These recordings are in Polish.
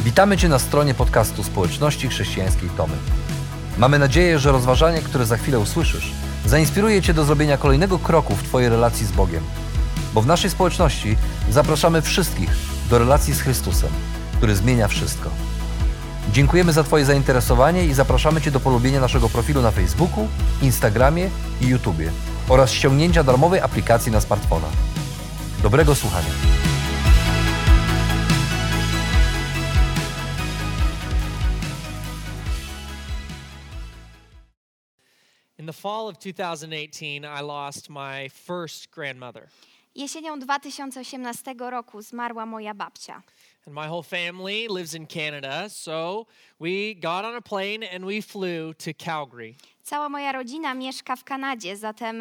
Witamy Cię na stronie podcastu Społeczności Chrześcijańskiej Tomy. Mamy nadzieję, że rozważanie, które za chwilę usłyszysz, zainspiruje Cię do zrobienia kolejnego kroku w Twojej relacji z Bogiem. Bo w naszej społeczności zapraszamy wszystkich do relacji z Chrystusem, który zmienia wszystko. Dziękujemy za Twoje zainteresowanie i zapraszamy Cię do polubienia naszego profilu na Facebooku, Instagramie i YouTubie oraz ściągnięcia darmowej aplikacji na smartfona. Dobrego słuchania. In the fall of 2018, I lost my first grandmother. Jesienią 2018 roku zmarła moja babcia. And my whole family lives in Canada, so we got on a plane and we flew to Calgary. Cała moja rodzina mieszka w Kanadzie, zatem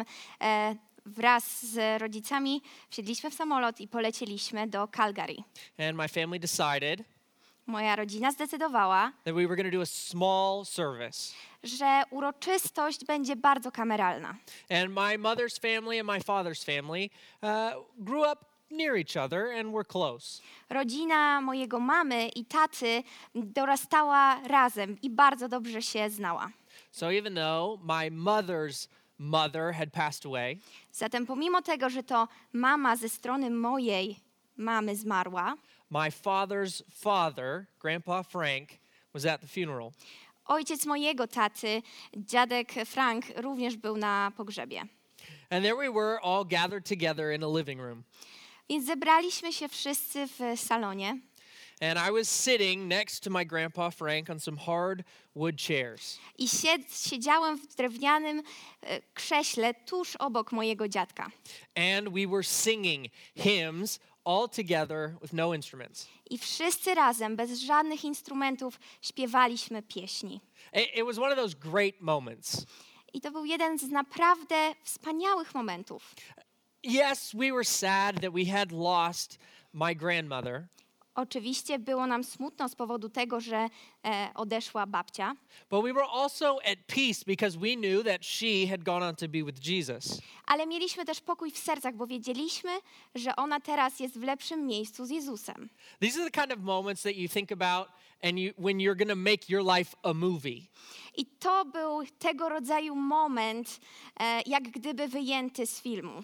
wraz z rodzicami wsiedliśmy w samolot i polecieliśmy do Calgary. And my family decided Moja rodzina zdecydowała, that we were going to do a small service. że uroczystość będzie bardzo kameralna. And my mother's family and my father's family grew up near each other and were close. Rodzina mojego mamy i taty dorastała razem i bardzo dobrze się znała. So even though my mother's mother had passed away, Zatem pomimo tego, że to mama ze strony mojej mamy zmarła, my father's father, Grandpa Frank, was at the funeral. ojciec mojego taty, dziadek Frank, również był na pogrzebie. And there we were all gathered together in a living room. Więc zebraliśmy się wszyscy w salonie And I was sitting next to my grandpa Frank on some hardwood chairs. i siedziałem w drewnianym krześle tuż obok mojego dziadka. And we were singing hymns all together with no instruments. I wszyscy razem, bez żadnych instrumentów, śpiewaliśmy pieśni. It was one of those great moments. I to był jeden z naprawdę wspaniałych momentów. Yes, we were sad that we had lost my grandmother. Oczywiście było nam smutno z powodu tego, że odeszła babcia, But we were also at peace because we knew that she had gone on to be with Jesus. ale mieliśmy też pokój w sercach, bo wiedzieliśmy, że ona teraz jest w lepszym miejscu z Jezusem. These are the kind of moments that you think about when you're going to make your life a movie. I to był tego rodzaju moment, jak gdyby wyjęty z filmu.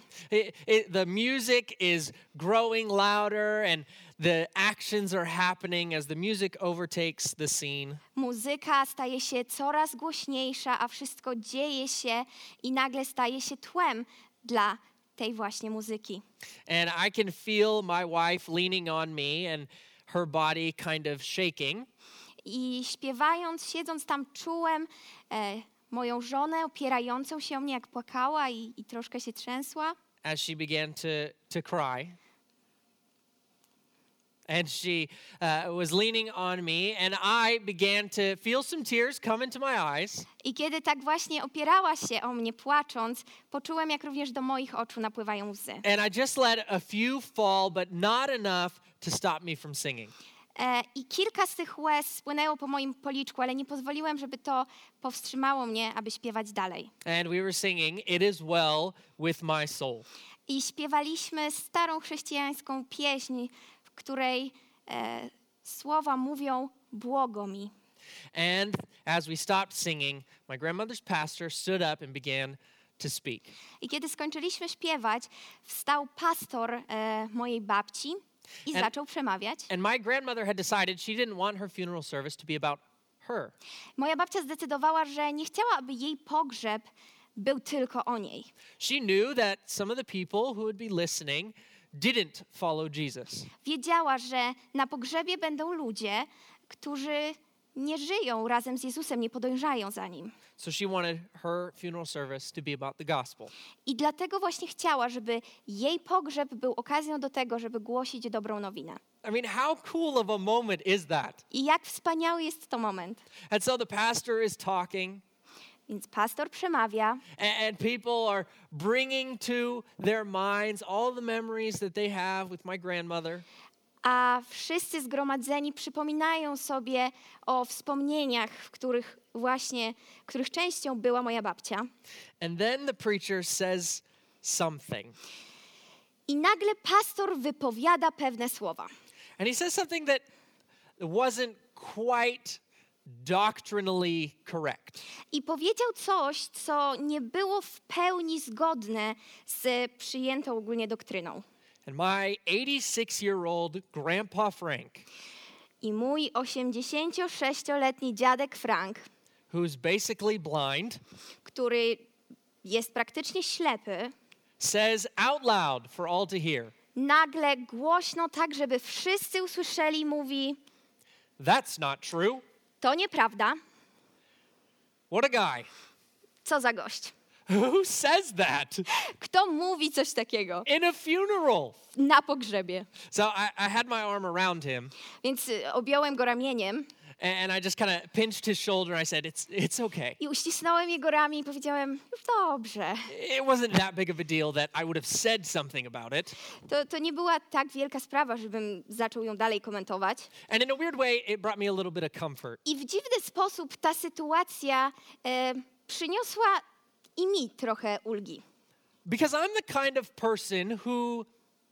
The music is growing louder and the actions are happening as the music overtakes the scene. Muzyka staje się coraz głośniejsza, a wszystko dzieje się i nagle staje się tłem dla tej właśnie muzyki. And I can feel my wife leaning on me and her body kind of shaking. I śpiewając, siedząc tam, czułem moją żonę opierającą się o mnie, jak płakała i troszkę się trzęsła. As she began to cry. And she was leaning on me, and I began to feel some tears come into my eyes. I kiedy tak właśnie opierała się o mnie, płacząc, poczułem, jak również do moich oczu napływają łzy. And I just let a few fall, but not enough to stop me from singing. I kilka z tych łez spłynęło po moim policzku, ale nie pozwoliłem, żeby to powstrzymało mnie, aby śpiewać dalej. And we were singing, "It is well with my soul." I śpiewaliśmy starą chrześcijańską pieśń, w której słowa mówią błogo mi. And as we stopped singing, my grandmother's pastor stood up and began to speak. I kiedy skończyliśmy śpiewać, wstał pastor mojej babci i zaczął przemawiać. And my grandmother had decided she didn't want her funeral service to be about her. Moja babcia zdecydowała, że nie chciała, aby jej pogrzeb był tylko o niej. She knew that some of the people who would be listening didn't follow Jesus. Wiedziała, że na pogrzebie będą ludzie, którzy nie żyją razem z Jezusem, nie podążają za Nim. So she wanted her funeral service to be about the gospel. I dlatego właśnie chciała, żeby jej pogrzeb był okazją do tego, żeby głosić dobrą nowinę. I mean, how cool of a moment is that? I jak wspaniały jest to moment. And so the pastor is talking. Więc pastor przemawia And people are bringing to their minds all the memories that they have with my grandmother. a wszyscy zgromadzeni przypominają sobie o wspomnieniach, których częścią była moja babcia. And then the preacher says something. I nagle pastor wypowiada pewne słowa. And he says something that it wasn't quite doctrinally correct. I powiedział coś, co nie było w pełni zgodne z przyjętą ogólnie doktryną. And my 86-year-old grandpa Frank, I mój 86-letni dziadek Frank, who's basically blind, który jest praktycznie ślepy, says out loud for all to hear, nagle głośno, tak żeby wszyscy usłyszeli, mówi: "That's not true. to nieprawda. What a guy." Co za gość. Who says that Kto mówi coś takiego in a funeral? na pogrzebie? So I had my arm around him, Więc objąłem go ramieniem and I just kind of pinched his shoulder. I said, "It's okay." i uścisnąłem jego ramię i powiedziałem: już dobrze. It wasn't that big of a deal that I would have said something about it. To nie była tak wielka sprawa, żebym zaczął ją dalej komentować. And in a weird way, it brought me a little bit of comfort. I w dziwny sposób ta sytuacja przyniosła i mi trochę ulgi. Because I'm the kind of person who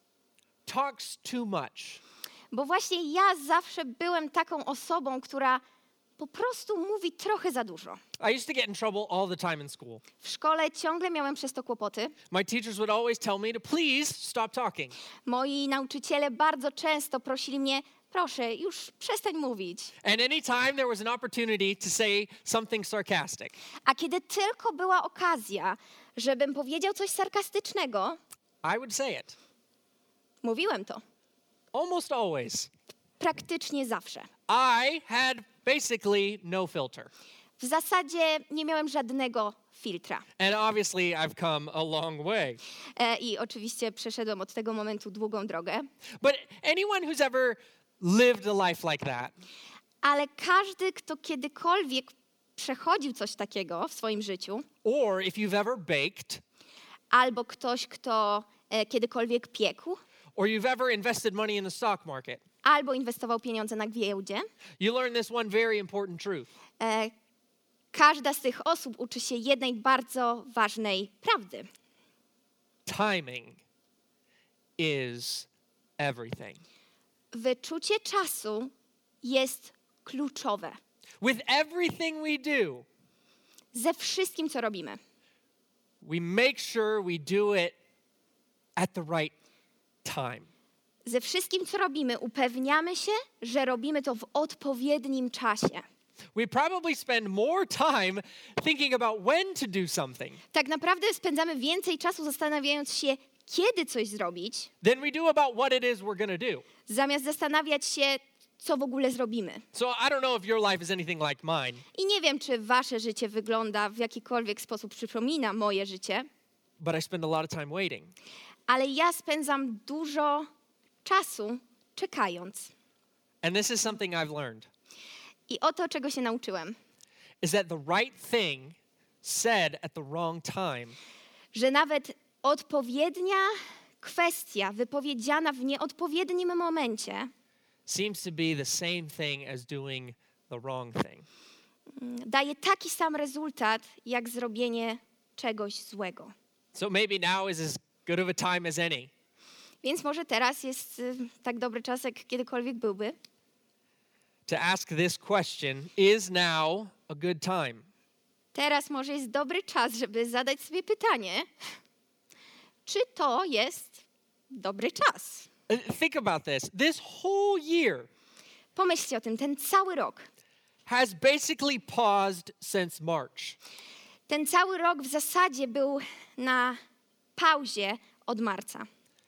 talks too much. Bo właśnie ja zawsze byłem taką osobą, która po prostu mówi trochę za dużo. I used to get in trouble all the time in school. W szkole ciągle miałem przez to kłopoty. My teachers would always tell me to please stop talking. Moi nauczyciele bardzo często prosili mnie: proszę, już przestań mówić. And anytime there was an opportunity to say something sarcastic, A kiedy tylko była okazja, żebym powiedział coś sarkastycznego, I would say it. mówiłem to. Almost always. Praktycznie zawsze. I had basically no filter. W zasadzie nie miałem żadnego filtra. And obviously I've come a long way. I oczywiście przeszedłem od tego momentu długą drogę. But anyone who's ever lived a life like that, Ale każdy, kto kiedykolwiek przechodził coś takiego w swoim życiu, or if you've ever baked, albo ktoś, kto kiedykolwiek piekł, or you've ever invested money in the stock market, albo inwestował pieniądze na giełdzie, you learn this one very important truth. każda z tych osób uczy się jednej bardzo ważnej prawdy. Timing is everything. Wyczucie czasu jest kluczowe. With everything we do, Ze wszystkim, co robimy. we make sure we do it at the right time. Ze wszystkim, co robimy, upewniamy się, że robimy to w odpowiednim czasie. We probably spend more time thinking about when to do something Tak naprawdę spędzamy więcej czasu zastanawiając się, kiedy coś zrobić, than we do about what it is we're going to do. zamiast zastanawiać się, co w ogóle zrobimy. So I don't know if your life is anything like mine, I nie wiem, czy wasze życie wygląda w jakikolwiek sposób przypomina moje życie, but I spend a lot of time waiting. ale ja spędzam dużo czasu czekając. And this is something I've learned, I oto, czego się nauczyłem. is that the right thing said at the wrong time Że nawet odpowiednia kwestia wypowiedziana w nieodpowiednim momencie seems to be the same thing as doing the wrong thing. daje taki sam rezultat, jak zrobienie czegoś złego. So maybe now is as good of a time as any Więc może teraz jest tak dobry czas, jak kiedykolwiek byłby, to ask this question, is now a good time? teraz może jest dobry czas, żeby zadać sobie pytanie, czy to jest dobry czas. Think about this. This whole year Pomyślcie o tym, ten cały rok. has basically paused since March. Ten cały rok w zasadzie był na pauzie od marca.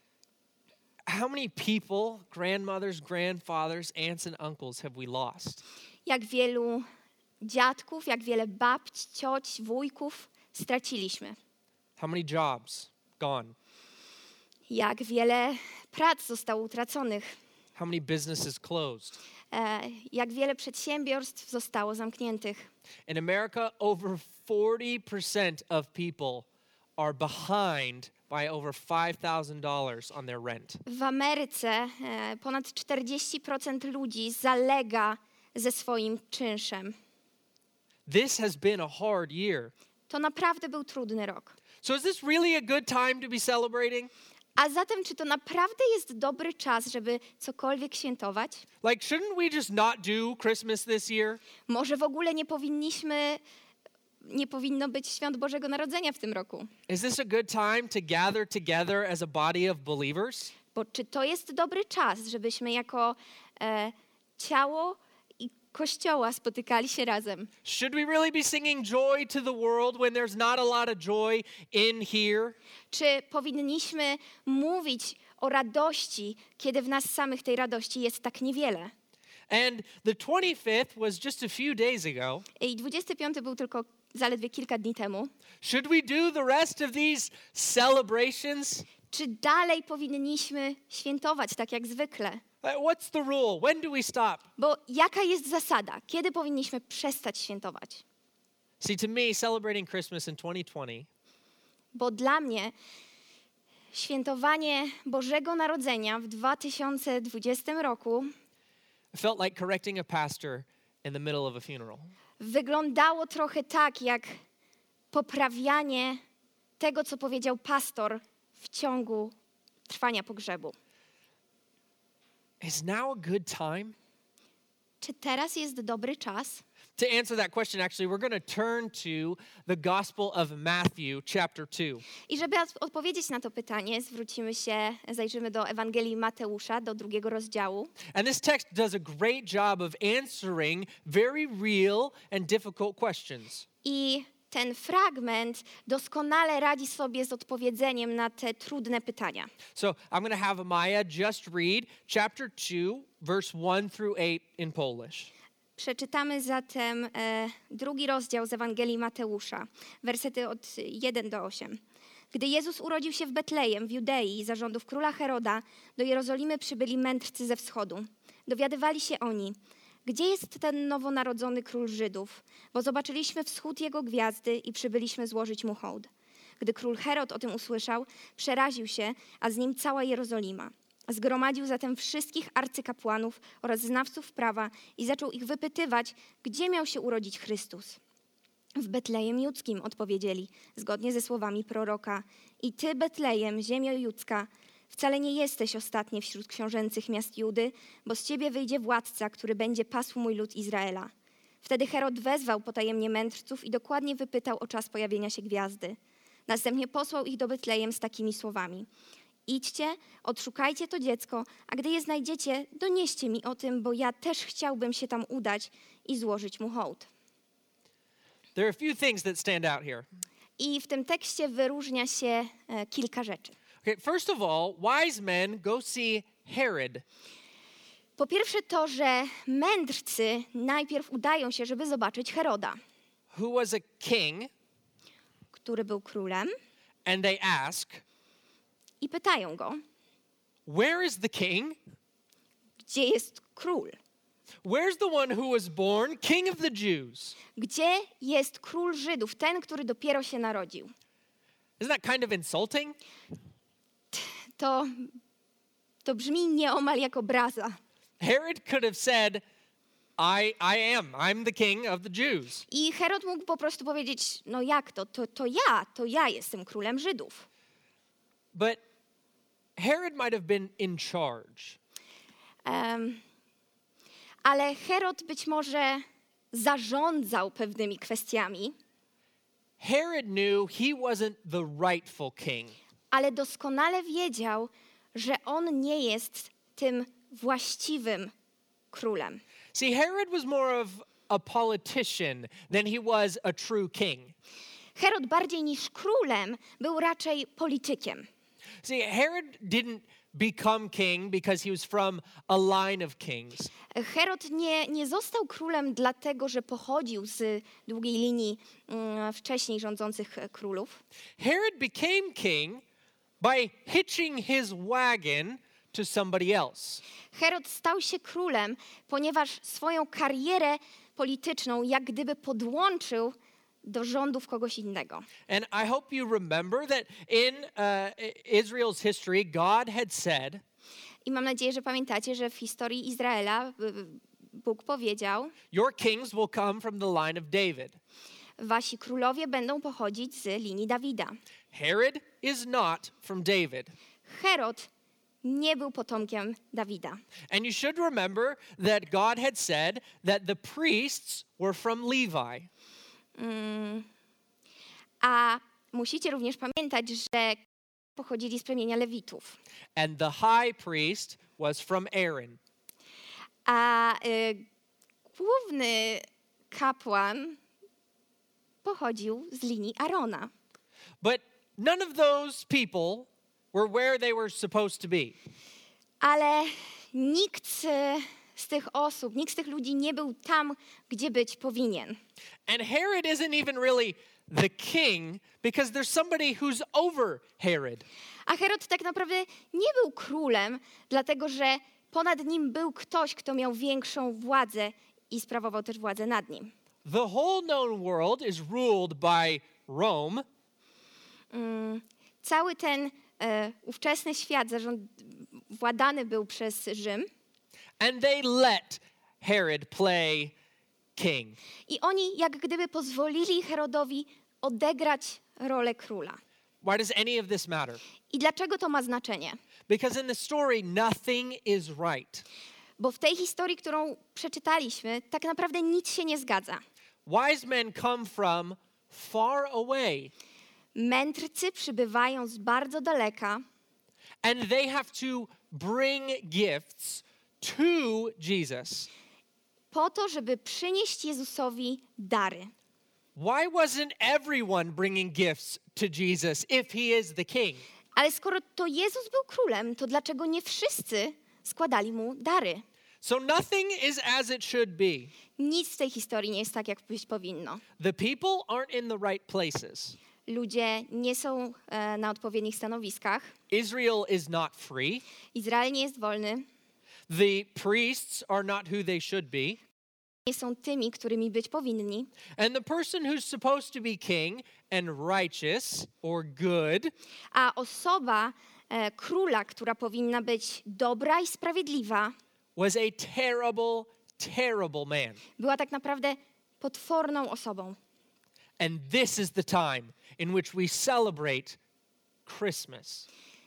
How many people, grandmothers, grandfathers, aunts, and uncles have we lost? Jak wielu dziadków, jak wiele babć, cioć, wujków straciliśmy. How many jobs gone? Jak wiele prac zostało utraconych. How many businesses closed? Jak wiele przedsiębiorstw zostało zamkniętych. In America, over 40% of people are behind by over $5,000 on their rent. W Ameryce ponad 40% ludzi zalega ze swoim czynszem. This has been a hard year. To naprawdę był trudny rok. So is this really a good time to be celebrating? A zatem, czy to naprawdę jest dobry czas, żeby cokolwiek świętować? Like, shouldn't we just not do Christmas this year? Może w ogóle nie powinno być świąt Bożego Narodzenia w tym roku? Is this a good time to gather together as a body of believers? Bo czy to jest dobry czas, żebyśmy jako ciało i Kościoła spotykali się razem? Should we really be singing joy to the world when there's not a lot of joy in here? Czy powinniśmy mówić o radości, kiedy w nas samych tej radości jest tak niewiele? And the 25th was just a few days ago. I 25 był tylko zaledwie kilka dni temu. Should we do the rest of these celebrations? Czy dalej powinniśmy świętować tak jak zwykle? What's the rule? When do we stop? Bo jaka jest zasada? Kiedy powinniśmy przestać świętować? See, to me, celebrating Christmas in 2020 Bo dla mnie świętowanie Bożego Narodzenia w 2020 roku felt like correcting a pastor in the middle of a funeral. wyglądało trochę tak, jak poprawianie tego, co powiedział pastor w ciągu trwania pogrzebu. Is now a good time? Czy teraz jest dobry czas? To answer that question, actually, we're going to turn to the Gospel of Matthew, chapter 2. I żeby odpowiedzieć na to pytanie, zajrzymy do Ewangelii Mateusza, do 2 rozdziału. And this text does a great job of answering very real and difficult questions. I ten fragment doskonale radzi sobie z odpowiedzeniem na te trudne pytania. So I'm going to have Amaya just read chapter 2, verse 1 through 8 in Polish. Przeczytamy zatem 2 rozdział z Ewangelii Mateusza, wersety od 1 do 8. Gdy Jezus urodził się w Betlejem, w Judei, za rządów króla Heroda, do Jerozolimy przybyli mędrcy ze wschodu. Dowiadywali się oni, gdzie jest ten nowonarodzony król Żydów, bo zobaczyliśmy wschód jego gwiazdy i przybyliśmy złożyć mu hołd. Gdy król Herod o tym usłyszał, przeraził się, a z nim cała Jerozolima. Zgromadził zatem wszystkich arcykapłanów oraz znawców prawa i zaczął ich wypytywać, gdzie miał się urodzić Chrystus. W Betlejem Judzkim, odpowiedzieli, zgodnie ze słowami proroka. I ty, Betlejem, ziemio judzka, wcale nie jesteś ostatni wśród książęcych miast Judy, bo z ciebie wyjdzie władca, który będzie pasł mój lud Izraela. Wtedy Herod wezwał potajemnie mędrców i dokładnie wypytał o czas pojawienia się gwiazdy. Następnie posłał ich do Betlejem z takimi słowami. Idźcie, odszukajcie to dziecko, a gdy je znajdziecie, donieście mi o tym, bo ja też chciałbym się tam udać i złożyć mu hołd. There are a few things that stand out here. I w tym tekście wyróżnia się kilka rzeczy. Okay, first of all, wise men go see Herod. Po pierwsze to, że mędrcy najpierw udają się, żeby zobaczyć Heroda, who was a king, który był królem, and they ask, i pytają go, where is the king? gdzie jest król? Where's the one who was born king of the Jews? Gdzie jest król Żydów, ten, który dopiero się narodził? Isn't that kind of insulting? To brzmi nieomal jak obraza. Herod could have said, I'm the king of the Jews. I Herod mógł po prostu powiedzieć, no jak to ja jestem królem Żydów. But Herod might have been in charge. Ale Herod być może zarządzał pewnymi kwestiami, Herod knew he wasn't the rightful king. ale doskonale wiedział, że on nie jest tym właściwym królem. See, Herod was more of a politician than he was a true king. Herod bardziej niż królem był raczej politykiem. See, Herod didn't become king because he was from a line of kings. Herod nie został królem dlatego, że pochodził z długiej linii wcześniej rządzących królów. Herod became king by hitching his wagon to somebody else. Herod stał się królem, ponieważ swoją karierę polityczną jak gdyby podłączył do rządów kogoś innego. And I hope you remember that in Israel's history, God had said, I mam nadzieję, że pamiętacie, że w historii Izraela Bóg powiedział, your kings will come from the line of David. wasi królowie będą pochodzić z linii Dawida. Herod is not from David. Herod nie był potomkiem Dawida. And you should remember that God had said that the priests were from Levi. A musicie również pamiętać, że pochodzili z plemienia Lewitów. And the high priest was from Aaron. A główny kapłan pochodził z linii Arona. But none of those people were where they were supposed to be. Ale nikt z tych osób, nikt z tych ludzi nie był tam, gdzie być powinien. And Herod isn't even really the king because there's somebody who's over Herod. A Herod tak naprawdę nie był królem, dlatego że ponad nim był ktoś, kto miał większą władzę i sprawował też władzę nad nim. The whole known world is ruled by Rome. Cały ten ówczesny świat władany był przez Rzym And they let Herod play king. i oni jak gdyby pozwolili Herodowi odegrać rolę króla. Why does any of this matter? I dlaczego to ma znaczenie? Because in the story, nothing is right. Bo w tej historii, którą przeczytaliśmy, tak naprawdę nic się nie zgadza. Wise men come from far away, Mędrcy przybywają z bardzo daleka and they have to bring gifts to Jesus. po to, żeby przynieść Jezusowi dary. Why wasn't everyone bringing gifts to Jesus if he is the king? Ale skoro to Jezus był królem, to dlaczego nie wszyscy składali mu dary? So nothing is as it should be. Nic w tej historii nie jest tak, jak być powinno. The people aren't in the right places. Ludzie nie są na odpowiednich stanowiskach. Israel is not free. Izrael nie jest wolny. The priests are not who they should be. Nie są tymi, którymi być powinni. And the person who's supposed to be king and righteous or good A osoba króla, która powinna być dobra i sprawiedliwa, was a terrible, terrible man. była tak naprawdę potworną osobą. And this is the time in which we celebrate Christmas.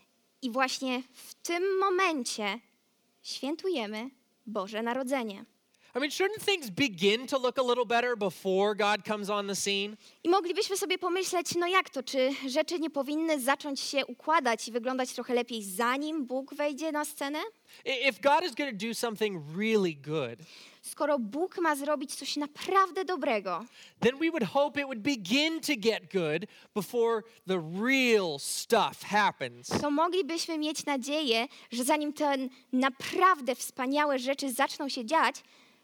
I właśnie w tym momencie świętujemy Boże Narodzenie. I mean, shouldn't things begin to look a little better before God comes on the scene? I moglibyśmy sobie pomyśleć, no jak to, czy rzeczy nie powinny zacząć się układać i wyglądać trochę lepiej, zanim Bóg wejdzie na scenę? If God is going to do something really good, Skoro Bóg ma zrobić coś naprawdę dobrego, then we would hope it would begin to get good before the real stuff happens. to moglibyśmy mieć nadzieję, że zanim te naprawdę wspaniałe rzeczy zaczną się dziać,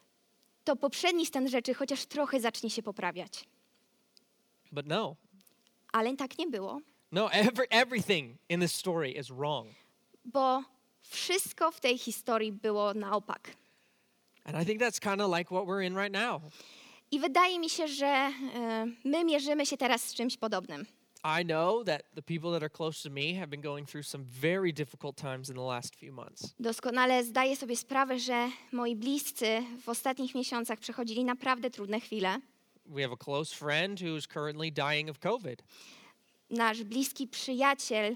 to poprzedni stan rzeczy chociaż trochę zacznie się poprawiać. But no. Ale tak nie było, No, everything in this story is wrong. bo wszystko w tej historii było na opak. And I think that's kind of like what we're in right now. I wydaje mi się, że my mierzymy się teraz z czymś podobnym. I know that the people that are close to me have been going through some very difficult times in the last few months. Doskonale zdaję sobie sprawę, że moi bliscy w ostatnich miesiącach przechodzili naprawdę trudne chwile. We have a close friend who is currently dying of COVID. Nasz bliski przyjaciel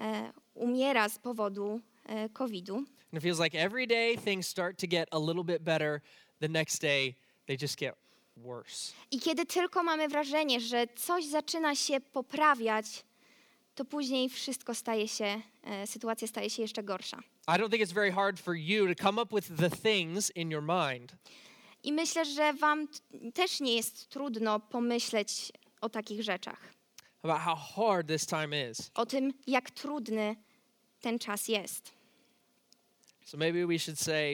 umiera z powodu COVID-u. And it feels like every day things start to get a little bit better. The next day they just get worse. I kiedy tylko mamy wrażenie, że coś zaczyna się poprawiać, to później wszystko sytuacja staje się jeszcze gorsza. I don't think it's very hard for you to come up with the things in your mind I myślę, że wam też nie jest trudno pomyśleć o takich rzeczach. about how hard this time is. O tym, jak trudny ten czas jest. So maybe we should say,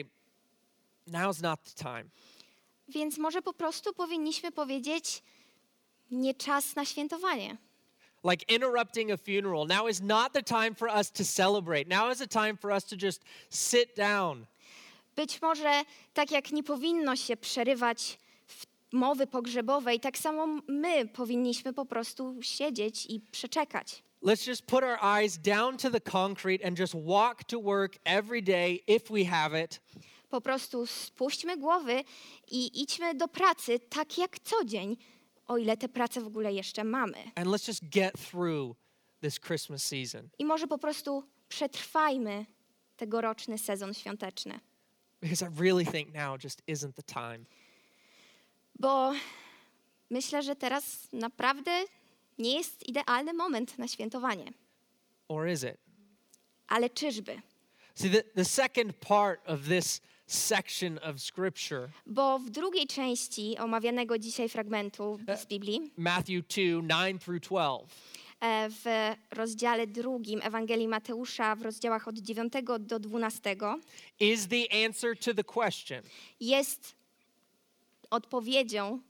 now's not the time. Więc może po prostu powinniśmy powiedzieć, nie czas na świętowanie. Like interrupting a funeral. Now is not the time for us to celebrate. Now is the time for us to just sit down. Być może tak jak nie powinno się przerywać mowy pogrzebowej, tak samo my powinniśmy po prostu siedzieć i przeczekać. Let's just put our eyes down to the concrete and just walk to work every day if we have it. Po prostu spuśćmy głowy i idźmy do pracy tak jak co dzień, o ile tę pracę w ogóle jeszcze mamy. And let's just get through this Christmas season. I może po prostu przetrwajmy tegoroczny sezon świąteczny. Because I really think now just isn't the time. Bo myślę, że teraz naprawdę nie jest idealny moment na świętowanie. Or is it? Ale czyżby? See, the second part of this section of Scripture, Bo w drugiej części omawianego dzisiaj fragmentu z Biblii, Matthew 2, 9 through 12, w rozdziale 2 Ewangelii Mateusza, w rozdziałach od 9 do 12, is the answer to the question, jest odpowiedzią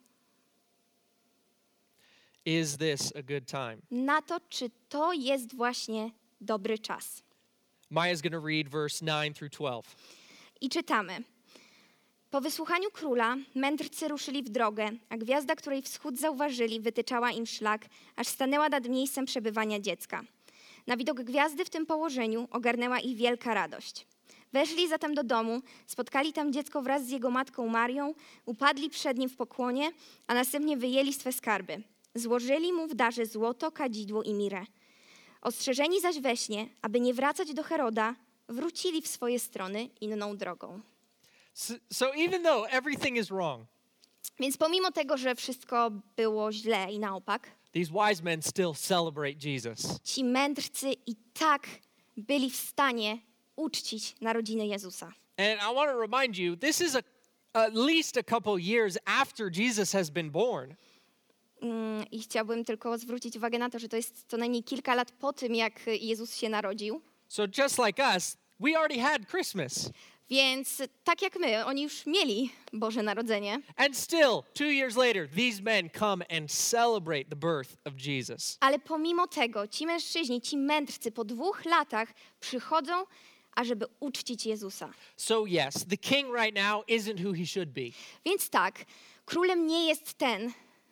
is this a good time? na to, czy to jest właśnie dobry czas. Maya's going to read verse 9 through 12. I czytamy. Po wysłuchaniu króla mędrcy ruszyli w drogę, a gwiazda, której wschód zauważyli, wytyczała im szlak, aż stanęła nad miejscem przebywania dziecka. Na widok gwiazdy w tym położeniu ogarnęła ich wielka radość. Weszli zatem do domu, spotkali tam dziecko wraz z jego matką Marią, upadli przed nim w pokłonie, a następnie wyjęli swe skarby. Złożyli mu w darze złoto, kadzidło i mirę. Ostrzeżeni zaś we śnie, aby nie wracać do Heroda, wrócili w swoje strony inną drogą. So even though everything is wrong, Więc pomimo tego, że wszystko było źle i na opak, these wise men still celebrate Jesus. ci mędrcy i tak byli w stanie uczcić narodziny Jezusa. And I want to remind you, this is at least a couple years after Jesus has been born. I chciałbym tylko zwrócić uwagę na to, że to jest co najmniej kilka lat po tym, jak Jezus się narodził. So just like us, we already had Christmas. Więc tak jak my, oni już mieli Boże Narodzenie. And still, 2 years later, these men come and celebrate the birth of Jesus. Ale pomimo tego ci mężczyźni, ci mędrcy po 2 latach przychodzą, ażeby uczcić Jezusa. So yes, the king right now isn't who he should be. Więc tak, królem nie jest ten,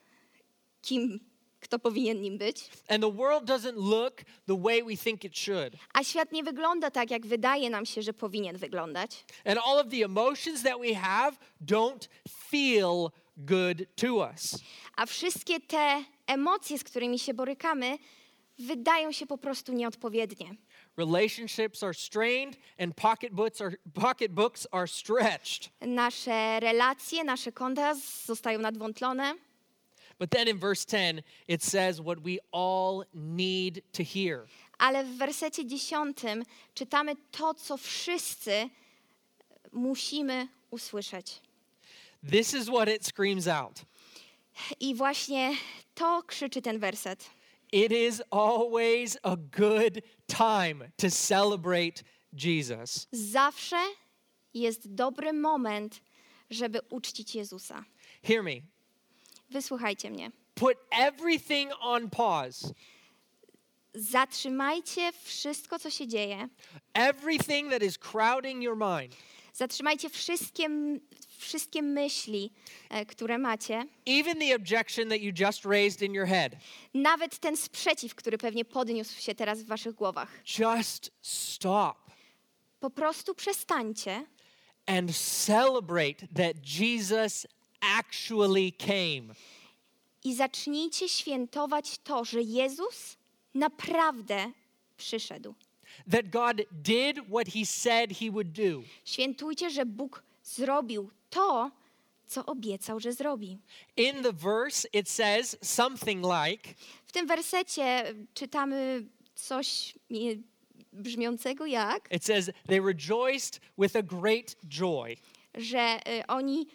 kto powinien nim być. And the world doesn't look the way we think it should. A świat nie wygląda tak, jak wydaje nam się, że powinien wyglądać. And all of the emotions that we have don't feel good to us. A wszystkie te emocje, z którymi się borykamy, wydają się po prostu nieodpowiednie. Relationships are strained and pocketbooks are stretched. Nasze relacje, nasze konta zostają nadwątlone. But then in verse 10, it says what we all need to hear. Ale w wersecie 10 czytamy to, co wszyscy musimy usłyszeć. This is what it screams out. I właśnie to krzyczy ten werset. It is always a good time to celebrate Jesus. Zawsze jest dobry moment, żeby uczcić Jezusa. Hear me. Wysłuchajcie mnie. Put everything on pause. Zatrzymajcie wszystko, co się dzieje. Everything that is crowding your mind. Zatrzymajcie wszystkie myśli, które macie. Even the objection that you just raised in your head. Nawet ten sprzeciw, który pewnie podniósł się teraz w waszych głowach. Just stop Po prostu przestańcie and celebrate that Jesus actually came. i zacznijcie świętować to, że Jezus naprawdę przyszedł. That God did what he said he would do. Świętujcie, że Bóg zrobił to, co obiecał, że zrobi. In the verse it says something like, W tym wersecie czytamy coś brzmiącego jak, it says they rejoiced with a great joy. że oni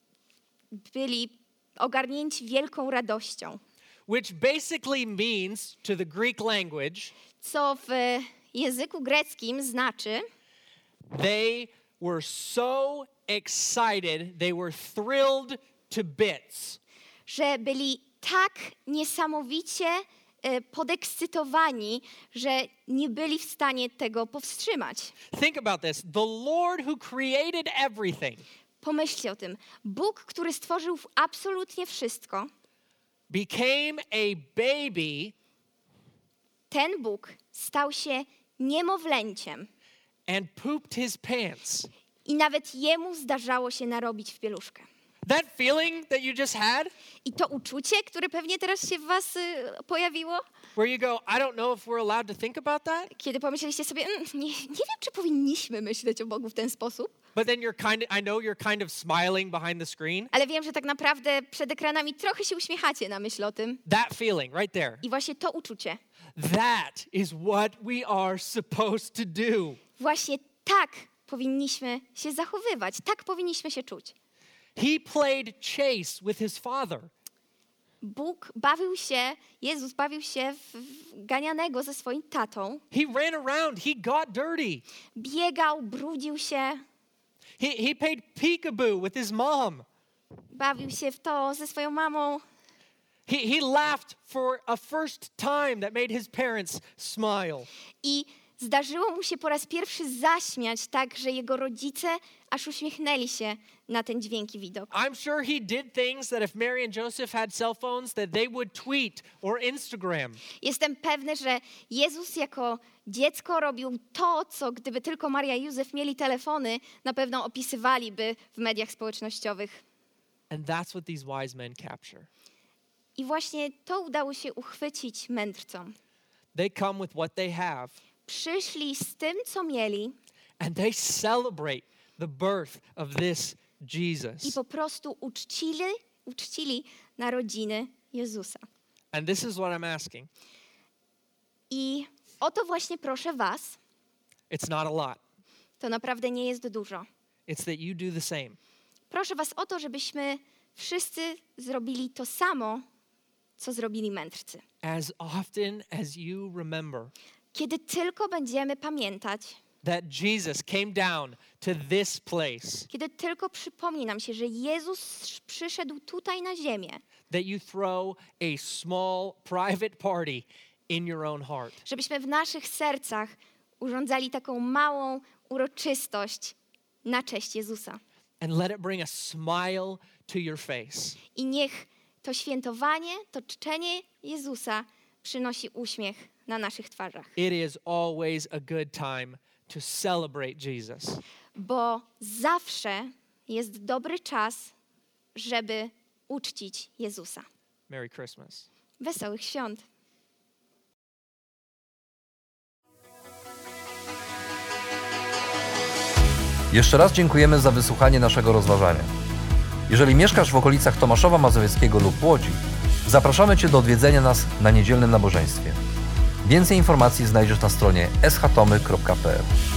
byli ogarnięci wielką radością, Which basically means to the Greek language, co w języku greckim znaczy, they were so excited, they were thrilled to bits. że byli tak niesamowicie podekscytowani, że nie byli w stanie tego powstrzymać. Think about this. The Lord who created everything Pomyślcie o tym. Bóg, który stworzył absolutnie wszystko, became a baby ten Bóg stał się niemowlęciem and pooped his pants. i nawet jemu zdarzało się narobić w pieluszkę. That feeling that you just had, I to uczucie, które pewnie teraz się w was pojawiło, where you go, I don't know if we're allowed to think about that, kiedy pomyśleliście sobie, nie wiem, czy powinniśmy myśleć o Bogu w ten sposób, but then I know you're kind of smiling behind the screen. ale wiem, że tak naprawdę przed ekranami trochę się uśmiechacie na myśl o tym. That feeling right there. I właśnie to uczucie. That is what we are supposed to do. Właśnie tak powinniśmy się zachowywać, tak powinniśmy się czuć. He played chase with his father. Jezus bawił się w ganianego ze swoim tatą. He ran around, he got dirty. Biegał, brudził się, He played peekaboo with his mom. bawił się w to ze swoją mamą. He laughed for a first time that made his parents smile. I zdarzyło mu się po raz pierwszy zaśmiać tak, że jego rodzice aż uśmiechnęli się na ten dźwięk i widok. I'm sure he did things that if Mary and Joseph had cell phones that they would tweet or Instagram. Jestem pewny, że Jezus jako dziecko robił to, co gdyby tylko Maria i Józef mieli telefony, na pewno opisywaliby w mediach społecznościowych. And that's what these wise men capture. I właśnie to udało się uchwycić mędrcom. They come with what they have Przyszli z tym, co mieli and they celebrate the birth of this i Jesus. po prostu uczcili narodziny Jezusa. And this is what I'm asking. I o to właśnie proszę was. It's not a lot. To naprawdę nie jest dużo. It's that you do the same. Proszę was o to, żebyśmy wszyscy zrobili to samo, co zrobili mędrcy. As often as you remember Kiedy tylko będziemy pamiętać, that Jesus came down to this place, kiedy tylko przypomni nam się, że Jezus przyszedł tutaj na ziemię, that you throw a small private party in your own heart. żebyśmy w naszych sercach urządzali taką małą uroczystość na cześć Jezusa. And let it bring a smile to your face. I niech to świętowanie, to czczenie Jezusa przynosi uśmiech na naszych twarzach. It is always a good time to celebrate Jesus. Bo zawsze jest dobry czas, żeby uczcić Jezusa. Merry Christmas. Wesołych świąt! Jeszcze raz dziękujemy za wysłuchanie naszego rozważania. Jeżeli mieszkasz w okolicach Tomaszowa Mazowieckiego lub Łodzi, zapraszamy Cię do odwiedzenia nas na niedzielnym nabożeństwie. Więcej informacji znajdziesz na stronie schtomy.pl.